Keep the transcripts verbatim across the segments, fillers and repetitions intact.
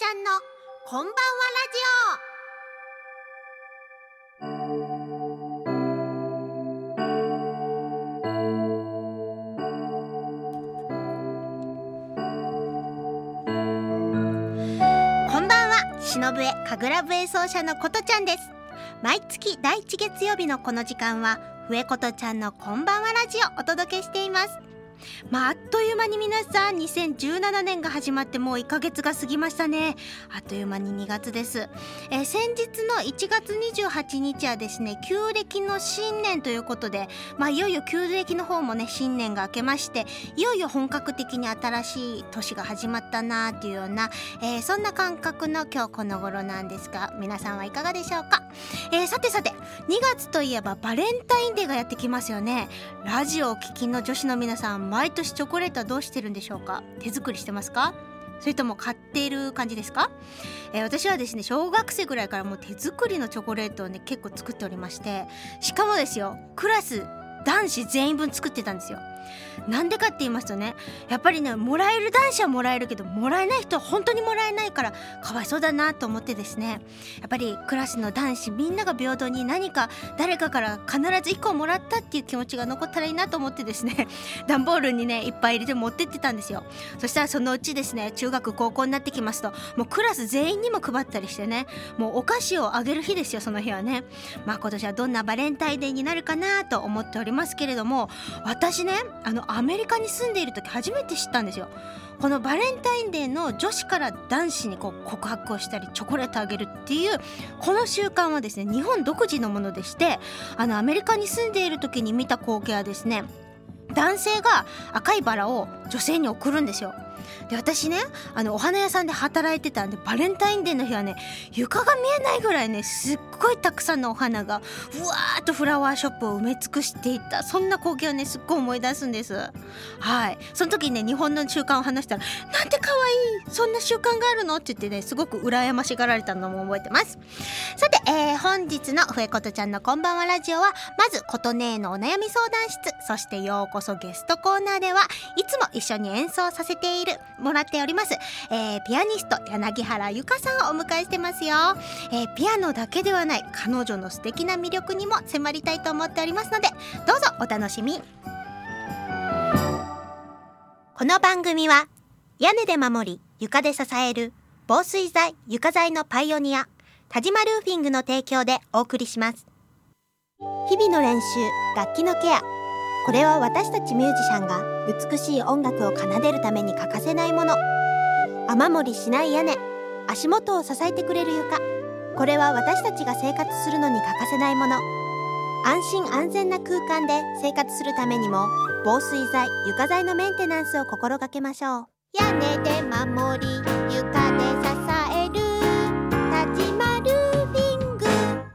ちゃんのこんばんはラジオ。こんばんは、篠笛神楽笛奏者のことちゃんです。毎月だいいち月曜日のこの時間は笛ことちゃんのこんばんはラジオをお届けしています。まあ、あっという間に皆さんにせんじゅうななねんが始まってもういっかげつが過ぎましたね。あっという間ににがつです。えー、先日のいちがつにじゅうはちにちはですね、旧暦の新年ということで、まあ、いよいよ旧暦の方もね新年が明けまして、いよいよ本格的に新しい年が始まったなーっていうような、えー、そんな感覚の今日この頃なんですが、皆さんはいかがでしょうか。えー、さてさてにがつといえばバレンタインデーがやってきますよね。ラジオをお聞きの女子の皆さん、毎年チョコレートはどうしてるんでしょうか。手作りしてますか、それとも買っている感じですか。えー、私はですね、小学生ぐらいからもう手作りのチョコレートをね結構作っておりまして、しかもですよ、クラス男子全員分作ってたんですよ。なんでかって言いますとね、やっぱりね、もらえる男子はもらえるけど、もらえない人は本当にもらえないからかわいそうだなと思ってですね、やっぱりクラスの男子みんなが平等に何か誰かから必ずいっこもらったっていう気持ちが残ったらいいなと思ってですね、段ボールにねいっぱい入れて持ってってたんですよ。そしたらそのうちですね、中学高校になってきますと、もうクラス全員にも配ったりしてね、もうお菓子をあげる日ですよ、その日はね。まあ今年はどんなバレンタインデーになるかなと思っておりますけれども、私ね、あのアメリカに住んでいる時初めて知ったんですよ。このバレンタインデーの女子から男子にこう告白をしたりチョコレートあげるっていうこの習慣はですね、日本独自のものでして、あのアメリカに住んでいる時に見た光景はですね、男性が赤いバラを女性に送るんですよ。で、私ね、あのお花屋さんで働いてたんで、バレンタインデーの日はね、床が見えないぐらいね、すっごいたくさんのお花がうわーっとフラワーショップを埋め尽くしていた、そんな光景をねすっごい思い出すんです。はい、その時にね、日本の習慣を話したら、なんて可愛い、そんな習慣があるのって言ってね、すごく羨ましがられたのも覚えてます。さて、えー、本日の笛ことちゃんのこんばんはラジオは、まずことねえのお悩み相談室、そしてようこそゲストコーナーではいつも一緒に演奏させているもらっております、えー、ピアニスト柳原由香さんをお迎えしてますよ。えー、ピアノだけではない彼女の素敵な魅力にも迫りたいと思っておりますので、どうぞお楽しみ。この番組は屋根で守り床で支える防水材床材のパイオニア田島ルーフィングの提供でお送りします。日々の練習、楽器のケア、これは私たちミュージシャンが美しい音楽を奏でるために欠かせないもの。雨漏りしない屋根、足元を支えてくれる床、これは私たちが生活するのに欠かせないもの。安心安全な空間で生活するためにも、防水材床材のメンテナンスを心がけましょう。屋根で守り床で支える田島ルーフィング。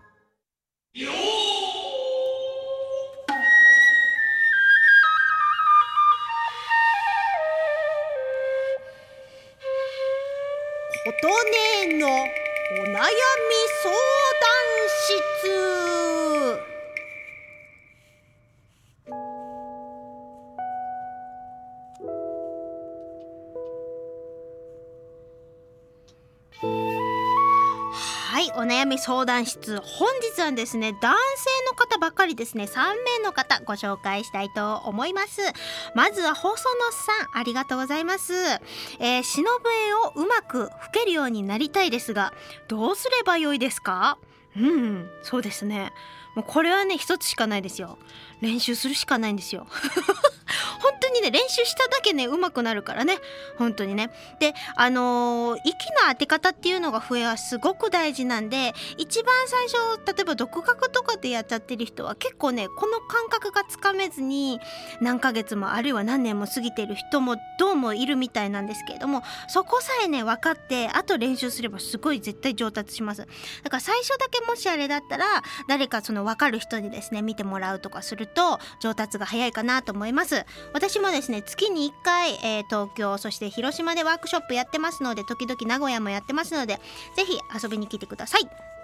ことねえのお悩み相談室。はい、お悩み相談室、本日はですね、男性の方ばっかりですね、さんめいの方ご紹介したいと思います。まずは細野さん、ありがとうございます。えー、篠笛をうまく吹けるようになりたいですが、どうすればよいですか？うん、そうですね、もうこれはね一つしかないですよ。練習するしかないんですよ本当にね、練習しただけね上手くなるからね、本当にね。で、あのー、息の当て方っていうのが笛はすごく大事なんで、一番最初例えば独学とかでやっちゃってる人は結構ねこの感覚がつかめずに何ヶ月もあるいは何年も過ぎてる人もどうもいるみたいなんですけれども、そこさえね分かってあと練習すればすごい絶対上達します。だから最初だけもしあれだったら誰かその分かる人にですね見てもらうとかすると上達が早いかなと思います。私もですね月にいっかい、えー、東京そして広島でワークショップやってますので、時々名古屋もやってますので、ぜひ遊びに来てください。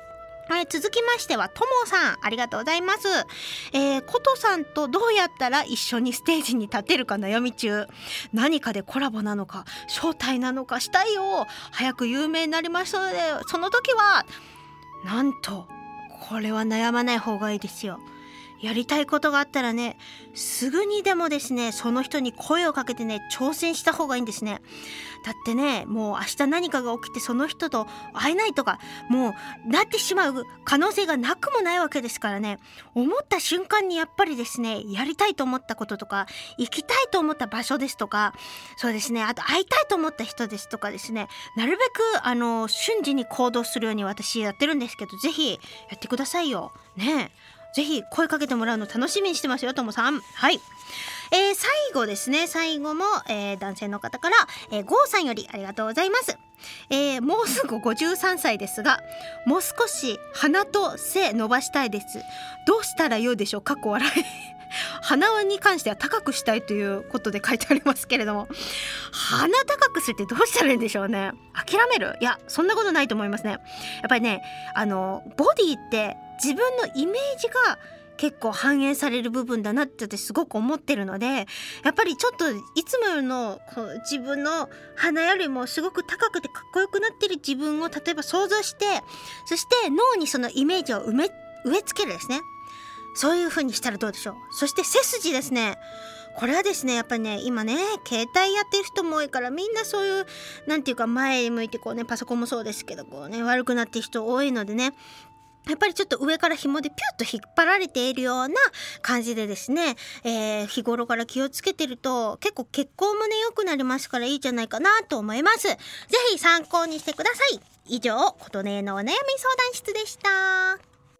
はい、続きましてはともさん、ありがとうございます。えー、ことさんとどうやったら一緒にステージに立てるか悩み中。何かでコラボなのか招待なのかしたいよ。早く有名になりましたので、その時はなんとこれは悩まない方がいいですよ。やりたいことがあったらね、すぐにでもですね、その人に声をかけてね、挑戦した方がいいんですね。だってね、もう明日何かが起きてその人と会えないとか、もうなってしまう可能性がなくもないわけですからね。思った瞬間にやっぱりですね、やりたいと思ったこととか、行きたいと思った場所ですとか、そうですね、あと会いたいと思った人ですとかですね、なるべくあの瞬時に行動するように私やってるんですけど、ぜひやってくださいよね。ぜひ声かけてもらうの楽しみにしてますよ、ともさん。はい、えー、最後ですね、最後も、えー、男性の方から、えー、ゴーさんよりありがとうございます。えー、もうすぐごじゅうさんさいですが、もう少し鼻と背伸ばしたいです。どうしたらよいでしょう、かっこ笑い鼻に関しては高くしたいということで書いてありますけれども、鼻高くするってどうしたらいいんでしょうね。諦める？いや、そんなことないと思いますね。やっぱりね、あのボディって自分のイメージが結構反映される部分だなってすごく思ってるので、やっぱりちょっといつものこう自分の鼻よりもすごく高くてかっこよくなってる自分を例えば想像して、そして脳にそのイメージを埋め植え付けるですね。そういう風にしたらどうでしょう。そして背筋ですね。これはですね、やっぱりね、今ね、携帯やってる人も多いから、みんなそういうなんていうか前向いてこうね、パソコンもそうですけどこうね、悪くなってる人多いのでね、やっぱりちょっと上から紐でピュッと引っ張られているような感じでですね、えー、日頃から気をつけてると結構血行もね良くなりますからいいんじゃないかなと思います。ぜひ参考にしてください。以上、琴音のお悩み相談室でした。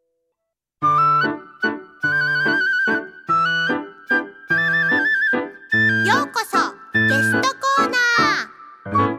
ようこそゲストコーナー。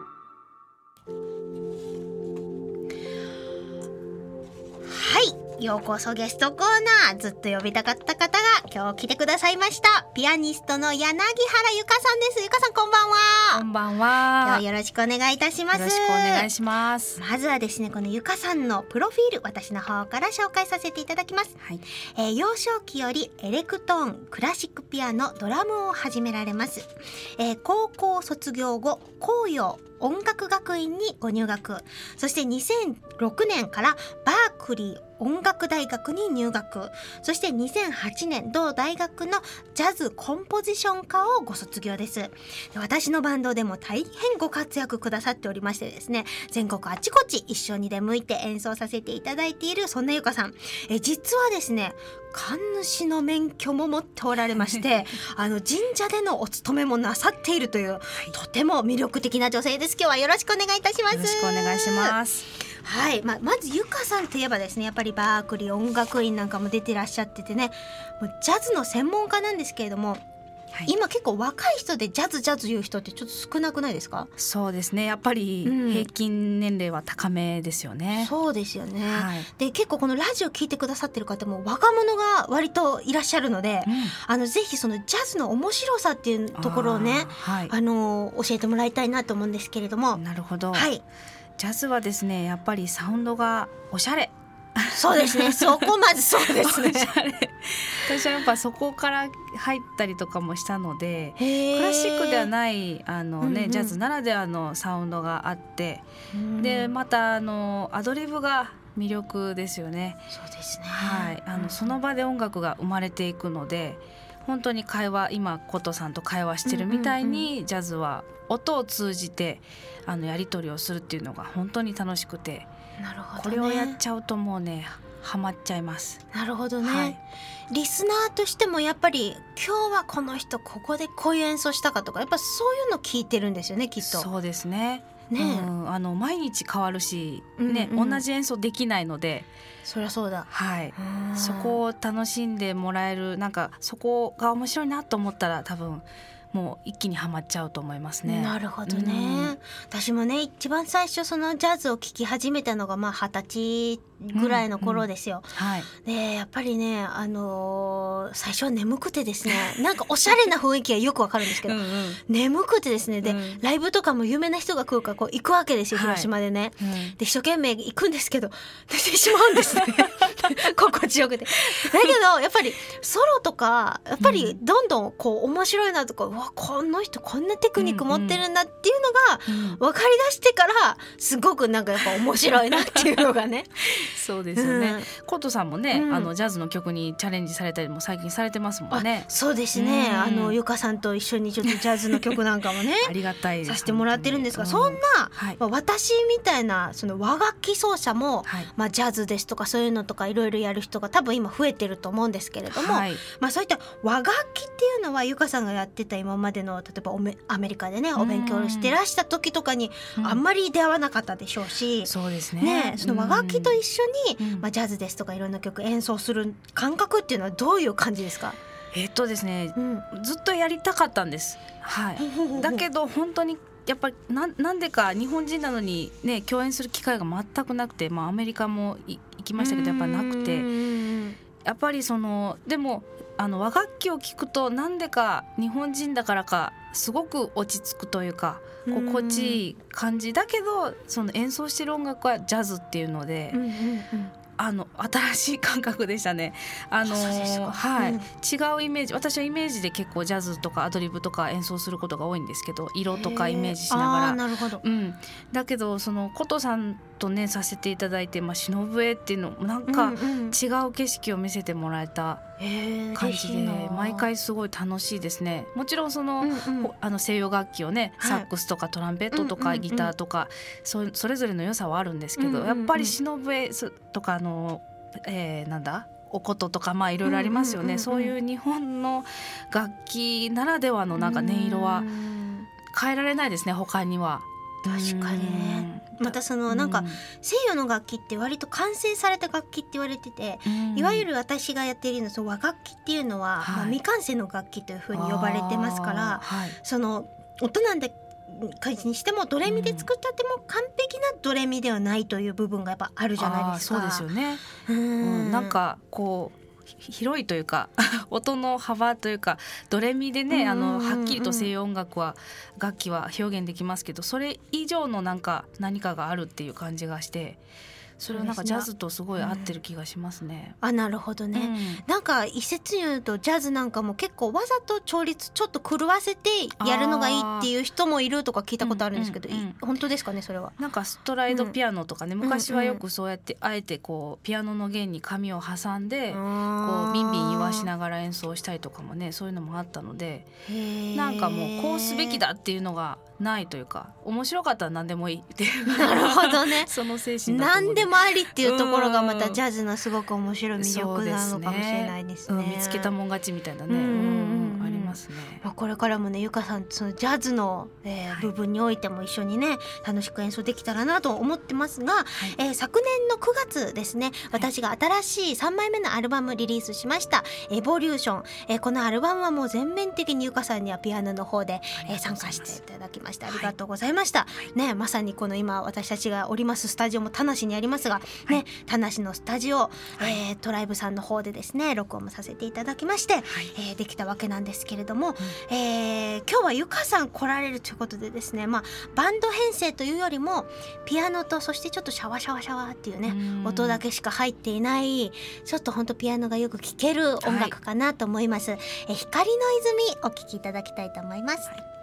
はい、ようこそゲストコーナー。ずっと呼びたかった方が今日来てくださいました。ピアニストの柳原ゆかさんです。ゆかさん、こんばんは。 こんばんは。 今日はよろしくお願いいたします。 よろしくお願いします。 まずはですね、このゆかさんのプロフィール、私の方から紹介させていただきます。 はい、 えー、幼少期よりエレクトーン、クラシックピアノ、ドラムを始められます。えー、高校卒業後、紅葉音楽学院にご入学。そしてにせんろくねんからバークリー音楽大学に入学。そしてにせんはちねん同大学のジャズコンポジション科をご卒業です。私のバンドでも大変ご活躍くださっておりましてですね、全国あちこち一緒に出向いて演奏させていただいている、そんなゆかさん。え実はですね、神主の免許も持っておられましてあの神社でのお勤めもなさっているという、はい、とても魅力的な女性です。今日はよろしくお願いいたします。 よろしくお願いします。 はい、ま, まずゆかさんといえばですね、やっぱりバークリー音楽院なんかも出てらっしゃっててね、もうジャズの専門家なんですけれども、はい、今結構若い人でジャズジャズ言う人ってちょっと少なくないですか？ そうですね、やっぱり平均年齢は高めですよね。 うん、そうですよね、 はい、 で結構このラジオ聞いてくださってる方も若者が割といらっしゃるので、うん、あのぜひそのジャズの面白さっていうところをね、あ、はい、あの教えてもらいたいなと思うんですけれども。 なるほど、 はい、 ジャズはですね、やっぱりサウンドがおしゃれ。 そうですね、そこまずそうですね私はやっぱそこから入ったりとかもしたので、クラシックではないあの、ね、うんうん、ジャズならではのサウンドがあって、うん、でまたあのアドリブが魅力ですよね。 そうですね、 はい、あのその場で音楽が生まれていくので、本当に会話、今琴さんと会話してるみたいに、うんうんうん、ジャズは音を通じてあのやり取りをするっていうのが本当に楽しくて、 なるほどね、 これをやっちゃうともうねハマっちゃいます。 なるほどね、 はい、 リスナーとしてもやっぱり今日はこの人ここでこういう演奏したかとか、やっぱそういうの聞いてるんですよね、きっと。 そうですね、 ね、 うん、あの毎日変わるし、ね、うんうん、同じ演奏できないので、 そりゃそうだ、 はい、そこを楽しんでもらえる、なんかそこが面白いなと思ったら多分もう一気にハマっちゃうと思いますね。 なるほどね、うん、私もね一番最初そのジャズを聴き始めたのがまあ二十歳ぐらいの頃ですよ、 うんうんはい、 でやっぱりね、あのー、最初は眠くてですねなんかおしゃれな雰囲気はよくわかるんですけどうん、うん、眠くてですねで、うん、ライブとかも有名な人が来るからこう行くわけですよ、広島でね、はいうん、で一生懸命行くんですけど寝てしまうんですね心地よくて。だけどやっぱりソロとかやっぱりどんどんこう面白いなとか、うん、うわこの人こんなテクニック持ってるんだっていうのが分かりだしてからすごくなんかやっぱ面白いなっていうのがねそうですよね、うん、コットさんもね、うん、あのジャズの曲にチャレンジされたりも最近されてますもんね。 そうですね、うん、あのゆかさんと一緒にちょっとジャズの曲なんかもねありがたいさせてもらってるんですが、そんな、はいまあ、私みたいなその和楽器奏者も、はいまあ、ジャズですとかそういうのとかいろいろやる人が多分今増えてると思うんですけれども、はいまあ、そういった和楽器っていうのはゆかさんがやってた今までの例えばおめアメリカでねお勉強してらした時とかにあんまり出会わなかったでしょうし、うん、 そうですね、 ねその和楽器と一緒に、うんまあ、ジャズですとかいろんな曲演奏する感覚っていうのはどういう感じですか？ えーっとですね、うん、ずっとやりたかったんです、はい、だけど本当にやっぱり な, なんでか日本人なのに、ね、共演する機会が全くなくて、まあ、アメリカも行きましたけどやっぱなくて、やっぱりそのでもあの和楽器を聴くとなんでか日本人だからかすごく落ち着くというか心地いい感じだけど、その演奏してる音楽はジャズっていうので、うんうんうんあの新しい感覚でしたね。あのはい、うん、違うイメージ、私はイメージで結構ジャズとかアドリブとか演奏することが多いんですけど、色とかイメージしながら。 あ、なるほど、 うん、だけどその琴さんとねさせていただいて、まあ、忍笛っていうのなんか違う景色を見せてもらえた感じで、うんうん、毎回すごい楽しいですね。もちろんその、うんうん、あの西洋楽器をねサックスとかトランペットとかギターとか、はいそ, それぞれの良さはあるんですけど、うんうんうん、やっぱり忍笛とかあの、えー、なんだお琴とかまあいろいろありますよね、うんうんうんうん、そういう日本の楽器ならではのなんか音色は変えられないですね他には。 確かにね。またそのなんか西洋の楽器って割と完成された楽器って言われてて、いわゆる私がやっているのその和楽器っていうのは、はいまあ、未完成の楽器というふうに呼ばれてますから、はい、その音なんでにしてもドレミで作ったっても完璧なドレミではないという部分がやっぱあるじゃないですか。 そうですよね。うん、うん、なんかこう広いというか音の幅というかドレミでね、あのはっきりと西洋音楽は楽器は表現できますけど、それ以上のなんか何かがあるっていう感じがして、それはなんかジャズとすごい合ってる気がしますね。 うん、あなるほどね、うん、なんか一説に言うとジャズなんかも結構わざと調律ちょっと狂わせてやるのがいいっていう人もいるとか聞いたことあるんですけど、うんうんうん、本当ですかねそれは。 なんかストライドピアノとかね、うん、昔はよくそうやってあえてこうピアノの弦に紙を挟んでこうビンビン言わしながら演奏したりとかもね、そういうのもあったので、なんかもうこうすべきだっていうのがないというか、面白かったら何でもいいっていうなるほどねその精神だと思う。 何でもありっていうところがまたジャズのすごく面白い魅力なのかもしれないですね。 うん、見つけたもん勝ちみたいなね、うんうんうん、ありますね。 まあ、これからもねゆかさんそのジャズの、えーはい、部分においても一緒にね楽しく演奏できたらなと思ってますが、はいえー、昨年のくがつですね、私が新しいさんまいめのアルバムリリースしましたエボリューション、えー、このアルバムはもう全面的にゆかさんにはピアノの方で、えー、参加していただきましてありがとうございました、はいね、まさにこの今私たちがおりますスタジオも田無にありますが、ねはい、田無のスタジオ、はいえー、トライブさんの方でですね録音もさせていただきまして、はいえー、できたわけなんですけれども、うんえー、今日はゆかさん来られるということでですね、まあ、バンド編成というよりもピアノとそしてちょっとシャワシャワシャワっていうね音だけしか入っていないちょっとほんとピアノがよく聴ける音楽かなと思います、はい、え光の泉お聴きいただきたいと思います、はい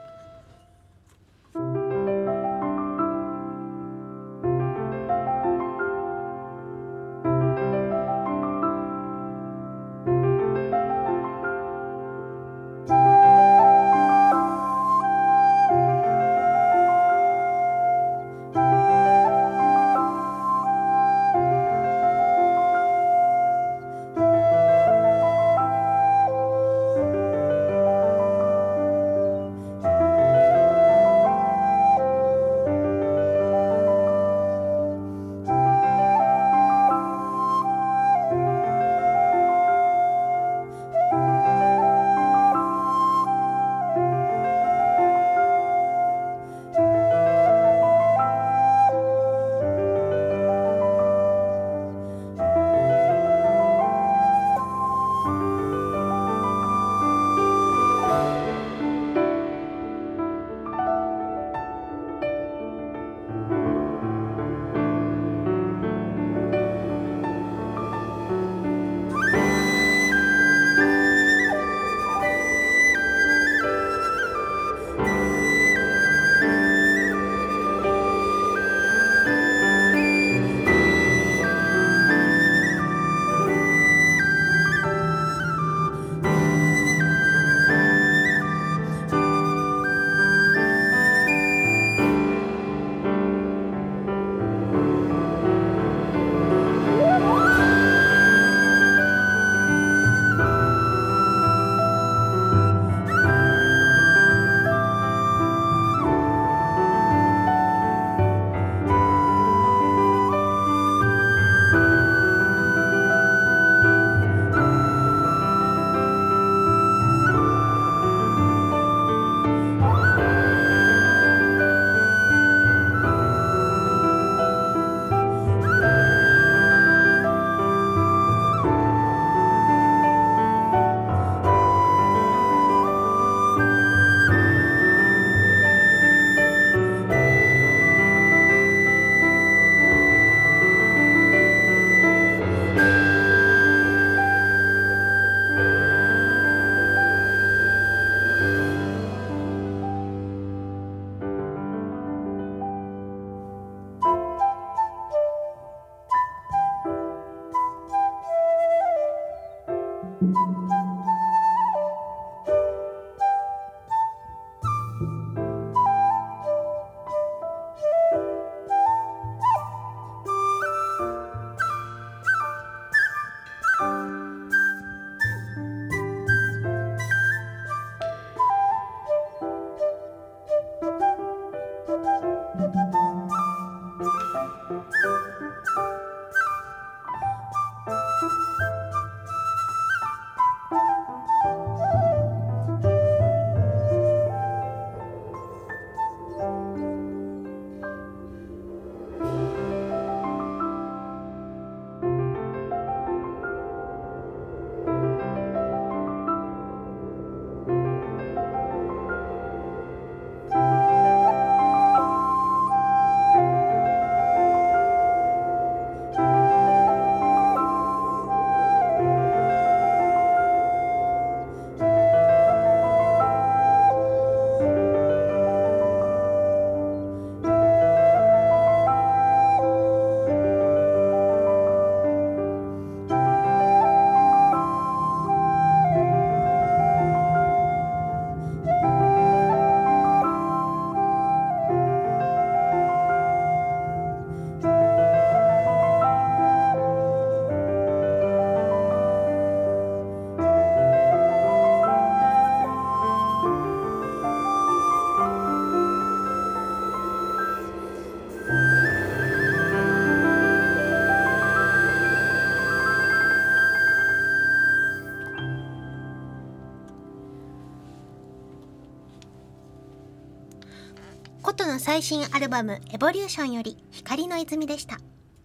琴の最新アルバムエボリューションより光の泉でした。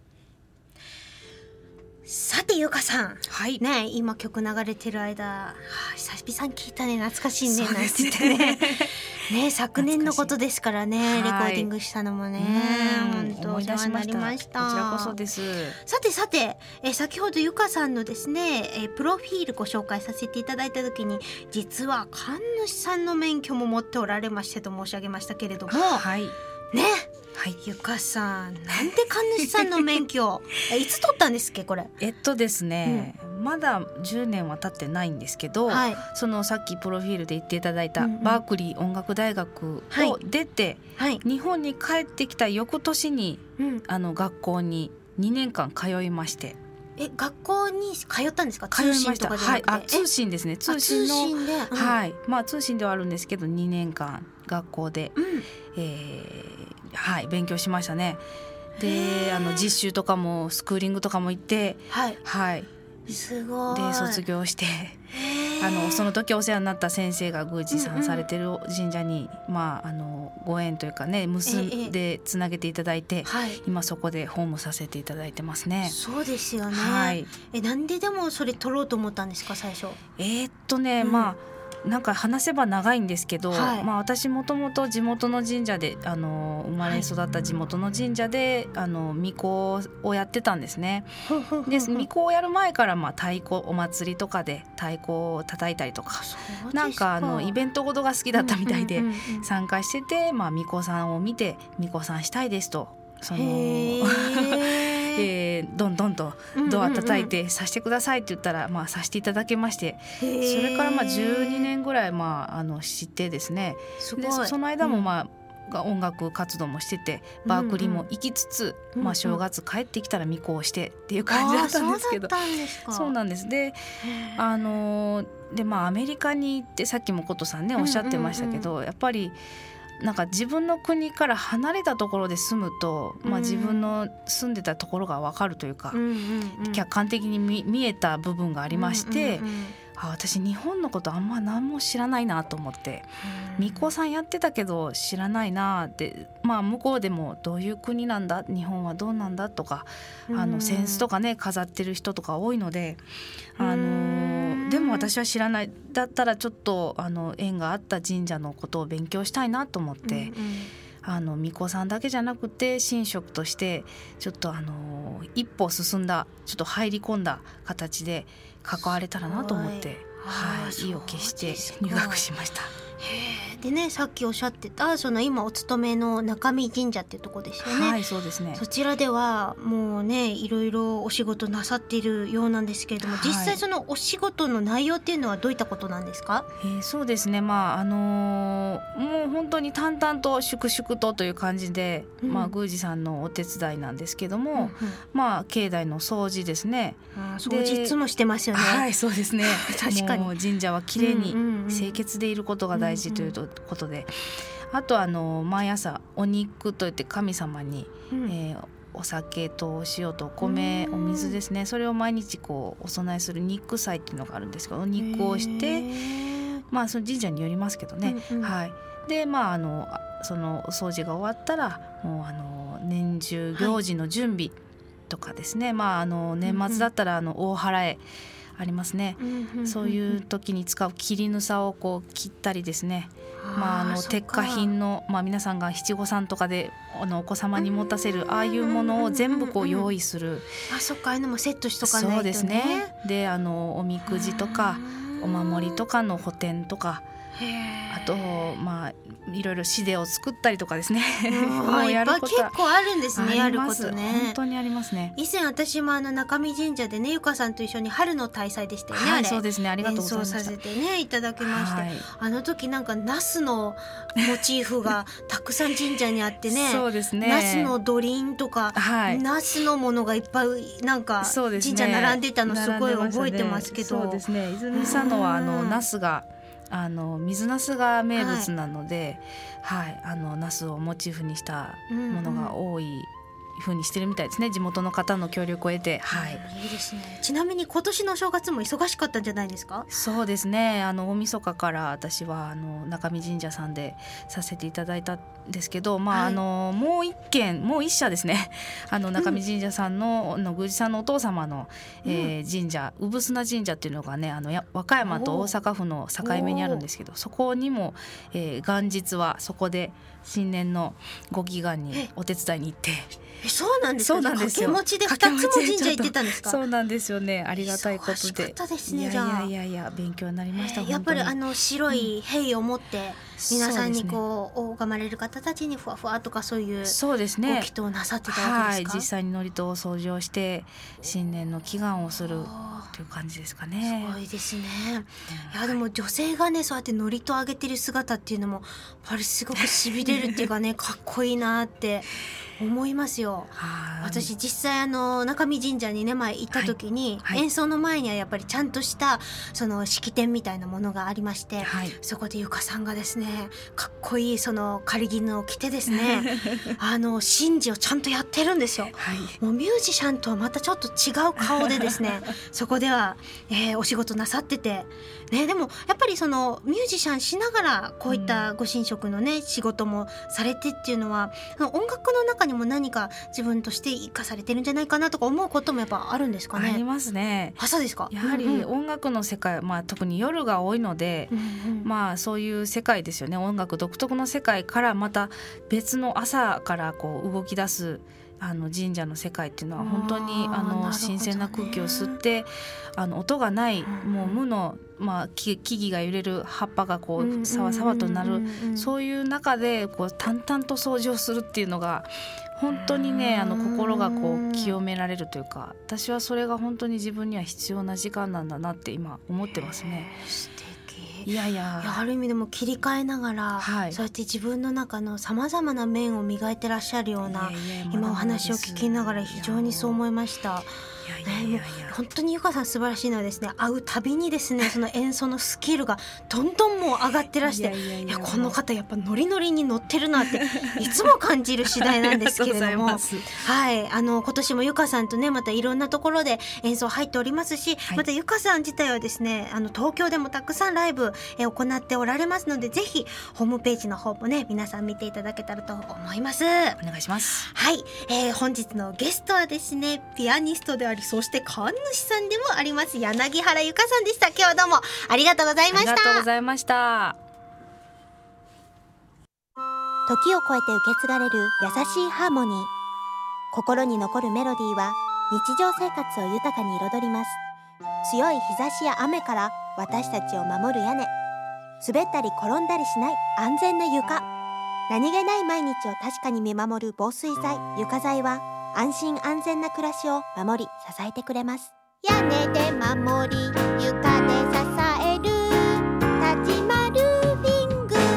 さてゆかさん、 はい、 ね、今曲流れてる間、はあ、久々に聞いたね、懐かしいね、なんて言ってねね、昨年のことですからね、レコーディングしたのもね、本当お世話になりました。 こちらこそです。 さてさて、え先ほどゆかさんのですね、えプロフィールご紹介させていただいた時に、実は神主さんの免許も持っておられましてと申し上げましたけれども、 はい、 ね、 はい、 ゆかさん、なんで神主さんの免許いつ取ったんですっけこれ。 えっとですね、うん、まだじゅうねんは経ってないんですけど、はい、そのさっきプロフィールで言っていただいたバークリー音楽大学を出て、はいはい、日本に帰ってきた翌年に、うん、あの学校ににねんかん通いまして。 え、学校に通ったんですか？ 通いました。はい、あ、通信ですね。通信の、 通信で、うん、 はい、まあ通信ではあるんですけど、にねんかん学校で、うん、えー、はい、勉強しましたね。で、あの実習とかもスクーリングとかも行って、はい、はい、 すごい。で卒業して、あのその時お世話になった先生が宮司さんされてる神社に、うんうん、まああのご縁というかね、結んでつなげていただいて、ええ、今そこでホームさせていただいてますね。 そうですよね。 はい、 え、なんででもそれ取ろうと思ったんですか最初？ えー、っとね、うん、まあ。なんか話せば長いんですけど、はい、まあ、私もともと地元の神社であの生まれ育った地元の神社で、はい、あの巫女をやってたんですね。で巫女をやる前から、まあ、太鼓お祭りとかで太鼓を叩いたりとか、なんかあのイベントごとが好きだったみたいで参加してて、まあ、巫女さんを見て巫女さんしたいですと、そのえー、どんどんとドア叩いてさしてくださいって言ったら、まあ、さしていただけまして、それからまあじゅうにねんぐらい、まあ、あの知ってですね、で そ, その間も、まあうん、音楽活動もしててバークリーも行きつつ、うんうん、まあ、正月帰ってきたら巫女をしてっていう感じだったんですけど、そうなんです。で、あので、まあ、アメリカに行ってさっきも琴さんねおっしゃってましたけど、うんうんうん、やっぱりなんか自分の国から離れたところで住むと、まあ、自分の住んでたところが分かるというか、うんうんうん、客観的に 見, 見えた部分がありまして、うんうんうん、あ、私日本のことあんま何も知らないなと思って、うん、巫女さんやってたけど知らないなって、まあ、向こうでもどういう国なんだ、日本はどうなんだとか、あの扇子とかね飾ってる人とか多いので、あのでも私は知らない、だったらちょっとあの縁があった神社のことを勉強したいなと思って、うんうん、あの巫女さんだけじゃなくて神職としてちょっとあの一歩進んだ、ちょっと入り込んだ形で関われたらなと思って、はい、意を決して入学しました。 へー。でね、さっきおっしゃってたその今お勤めの中見神社っていうとこですよね。 はい、そうですね。 そちらではもうねいろいろお仕事なさっているようなんですけれども、はい、実際そのお仕事の内容っていうのはどういったことなんですか？ えー、そうですね、まああのー、もう本当に淡々と粛々とという感じで、うん、まあ、宮司さんのお手伝いなんですけども、うんうん、まあ境内の掃除ですね。 あ、掃除いつもしてますよね。 はい、そうですね確かにもう神社はきれいに清潔でいることが大事ということで、うんうん、あとあの毎朝お肉といって神様に、うん、えーお酒とお塩とお米、お水ですね、それを毎日こうお供えする肉祭っていうのがあるんですけど、肉をしてまあその神社によりますけどね、うんうん、はい、でまああのそのお掃除が終わったらもうあの年中行事の準備とかですね、はい、まああの年末だったらあの大祓いありますね、うんうん、そういう時に使う切り草をこう切ったりですね、まあ、あの鉄火品の、まあ、皆さんが七五三とかであのお子様に持たせるああいうものを全部こう用意する。 あ、そっか、ああいうのもセットしとかないとね。 そうですね。であのおみくじとかお守りとかの補填とか、あとまあいろいろ紙でを作ったりとかですねもうやること結構あるんですね。やることね、 本当にありますね。 以前私もあの中見神社でね、ゆかさんと一緒に春の大祭でしたよね、 はい、 あれそうですね、ありがとうございました。 演奏させてねいただきまして、はい、あの時なんかナスのモチーフがたくさん神社にあってねそうですね、 ナスのドリンとか、はい、ナスのものがいっぱいなんか神社並んでたのすごい覚えてますけど、 そうですね、泉佐野はあのナスがあの水ナスが名物なので、はいはい、あのナスをモチーフにしたものが多い風にしてるみたいですね、地元の方の協力を得て、はい、 いいですね。ちなみに今年のお正月も忙しかったんじゃないですか？ そうですね、あの大晦日から私はあの中見神社さんでさせていただいたんですけど、まあ、はい、あのもう一軒もう一社ですねあの中見神社さん の,、うん、の宮司さんのお父様の、えー、神社、産砂神社っていうのがね、あのや和歌山と大阪府の境目にあるんですけど、そこにも、えー、元日はそこで新年のご祈願にお手伝いに行って、 え、そうなんですか？掛け持ちでふたつも神社行ってたんですか？ そうなんですよね、ありがたいことで。 忙しかったですね。 いやいやいやいや勉強になりました、えー、 やっぱりあの白い兵を持って、うん、皆さんにこう拝まれる方たちにふわふわとかそういうそうですね、 ご祈祷なさってたわけですか？ はい、実際に祝詞を掃除をして新年の祈願をするという感じですかね。 すごいですね。いやでも女性がねそうやって祝詞をあげてる姿っていうのもやっぱりすごくしびれるっていうかねかっこいいなって思いますよ。私実際あの中見神社にね前行った時に、はいはい、演奏の前にはやっぱりちゃんとしたその式典みたいなものがありまして、はい、そこでゆかさんがですねかっこいいその仮絹を着てですねあの神事をちゃんとやってるんですよ、はい、もうミュージシャンとはまたちょっと違う顔でですねそこでは、えー、お仕事なさってて、ね、でもやっぱりそのミュージシャンしながらこういったご神職のね、うん、仕事もされてっていうのは音楽の中にも何か自分として生かされてるんじゃないかなとか思うこともやっぱあるんですかね？ ありますね。 あ、そうですか。 やはり音楽の世界、まあ、特に夜が多いので、うんうん、まあそういう世界ですよね。音楽独特の世界からまた別の朝からこう動き出すあの神社の世界っていうのは本当にあの新鮮な空気を吸ってあの音がない、うん、もう無の、まあ、木, 木々が揺れる葉っぱがこうさわさわとなる、そういう中でこう淡々と掃除をするっていうのが本当にねあの心がこう清められるというか、私はそれが本当に自分には必要な時間なんだなって今思ってますね。 素敵。 いやいや、 いやある意味でも切り替えながら、はい、そうやって自分の中のさまざまな面を磨いてらっしゃるような、いやいや今お話を聞きながら非常にそう思いました。いやいやいやいや、本当にゆかさん素晴らしいのはですね、会うたびにですねその演奏のスキルがどんどんもう上がってらして、いやいやいやいや、この方やっぱノリノリに乗ってるなっていつも感じる次第なんですけれどもはい、あの今年もゆかさんとねまたいろんなところで演奏入っておりますし、はい、またゆかさん自体はですねあの東京でもたくさんライブえ行っておられますので、ぜひホームページの方もね皆さん見ていただけたらと思います。お願いします。 はい、えー、本日のゲストはですねピアニストでありそして神主さんでもあります柳原ゆかさんでした。今日はどうもありがとうございました。 ありがとうございました。 時を超えて受け継がれる優しいハーモニー、心に残るメロディーは日常生活を豊かに彩ります。強い日差しや雨から私たちを守る屋根、滑ったり転んだりしない安全な床、何気ない毎日を確かに見守る防水剤床材は安心安全な暮らしを守り支えてくれます。屋根で守り床で支えるタジマルービング。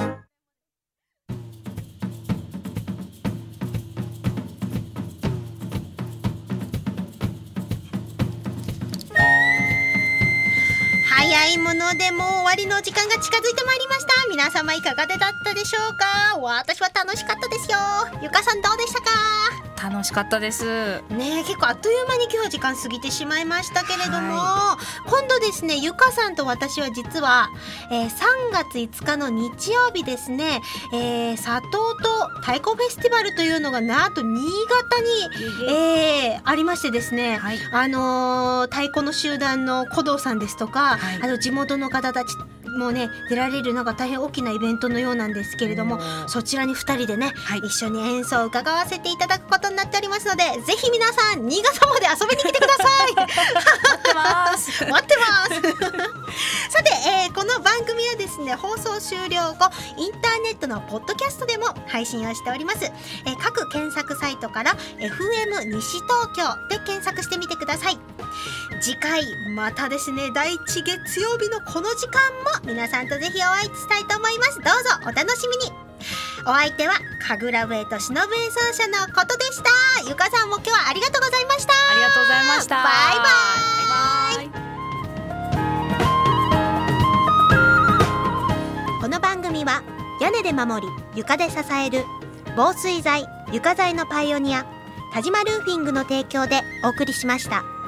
早いものでもう終わりの時間が近づいてまいりました。皆様いかがでだったでしょうか？私は楽しかったですよ。ゆかさんどうでしたか？ 楽しかったですね。結構あっという間に今日は時間過ぎてしまいましたけれども、はい、今度ですねゆかさんと私は実は、えー、さんがついつかの日曜日ですね、えー、佐藤と太鼓フェスティバルというのがなんと新潟に、えー、ありましてですね、はい、あのー、太鼓の集団の鼓動さんですとか、はい、あの地元の方たちもうね出られるのが大変大きなイベントのようなんですけれども、そちらにふたりでね、はい、一緒に演奏を伺わせていただくことになっておりますので、ぜひ皆さん新潟まで遊びに来てください待ってます待ってますさて、えー、この番組はですね放送終了後インターネットのポッドキャストでも配信をしております、えー、各検索サイトから エフエム 西東京で検索してみてください。次回またですねだいいち月曜日のこの時間も皆さんとぜひお会いしたいと思います。どうぞお楽しみに。お相手は神楽笛と忍演奏者のことでした。ゆかさんも今日はありがとうございました。 ありがとうございました。 バイバイ。 バイバイ。この番組は屋根で守り床で支える防水材床材のパイオニア田島ルーフィングの提供でお送りしました。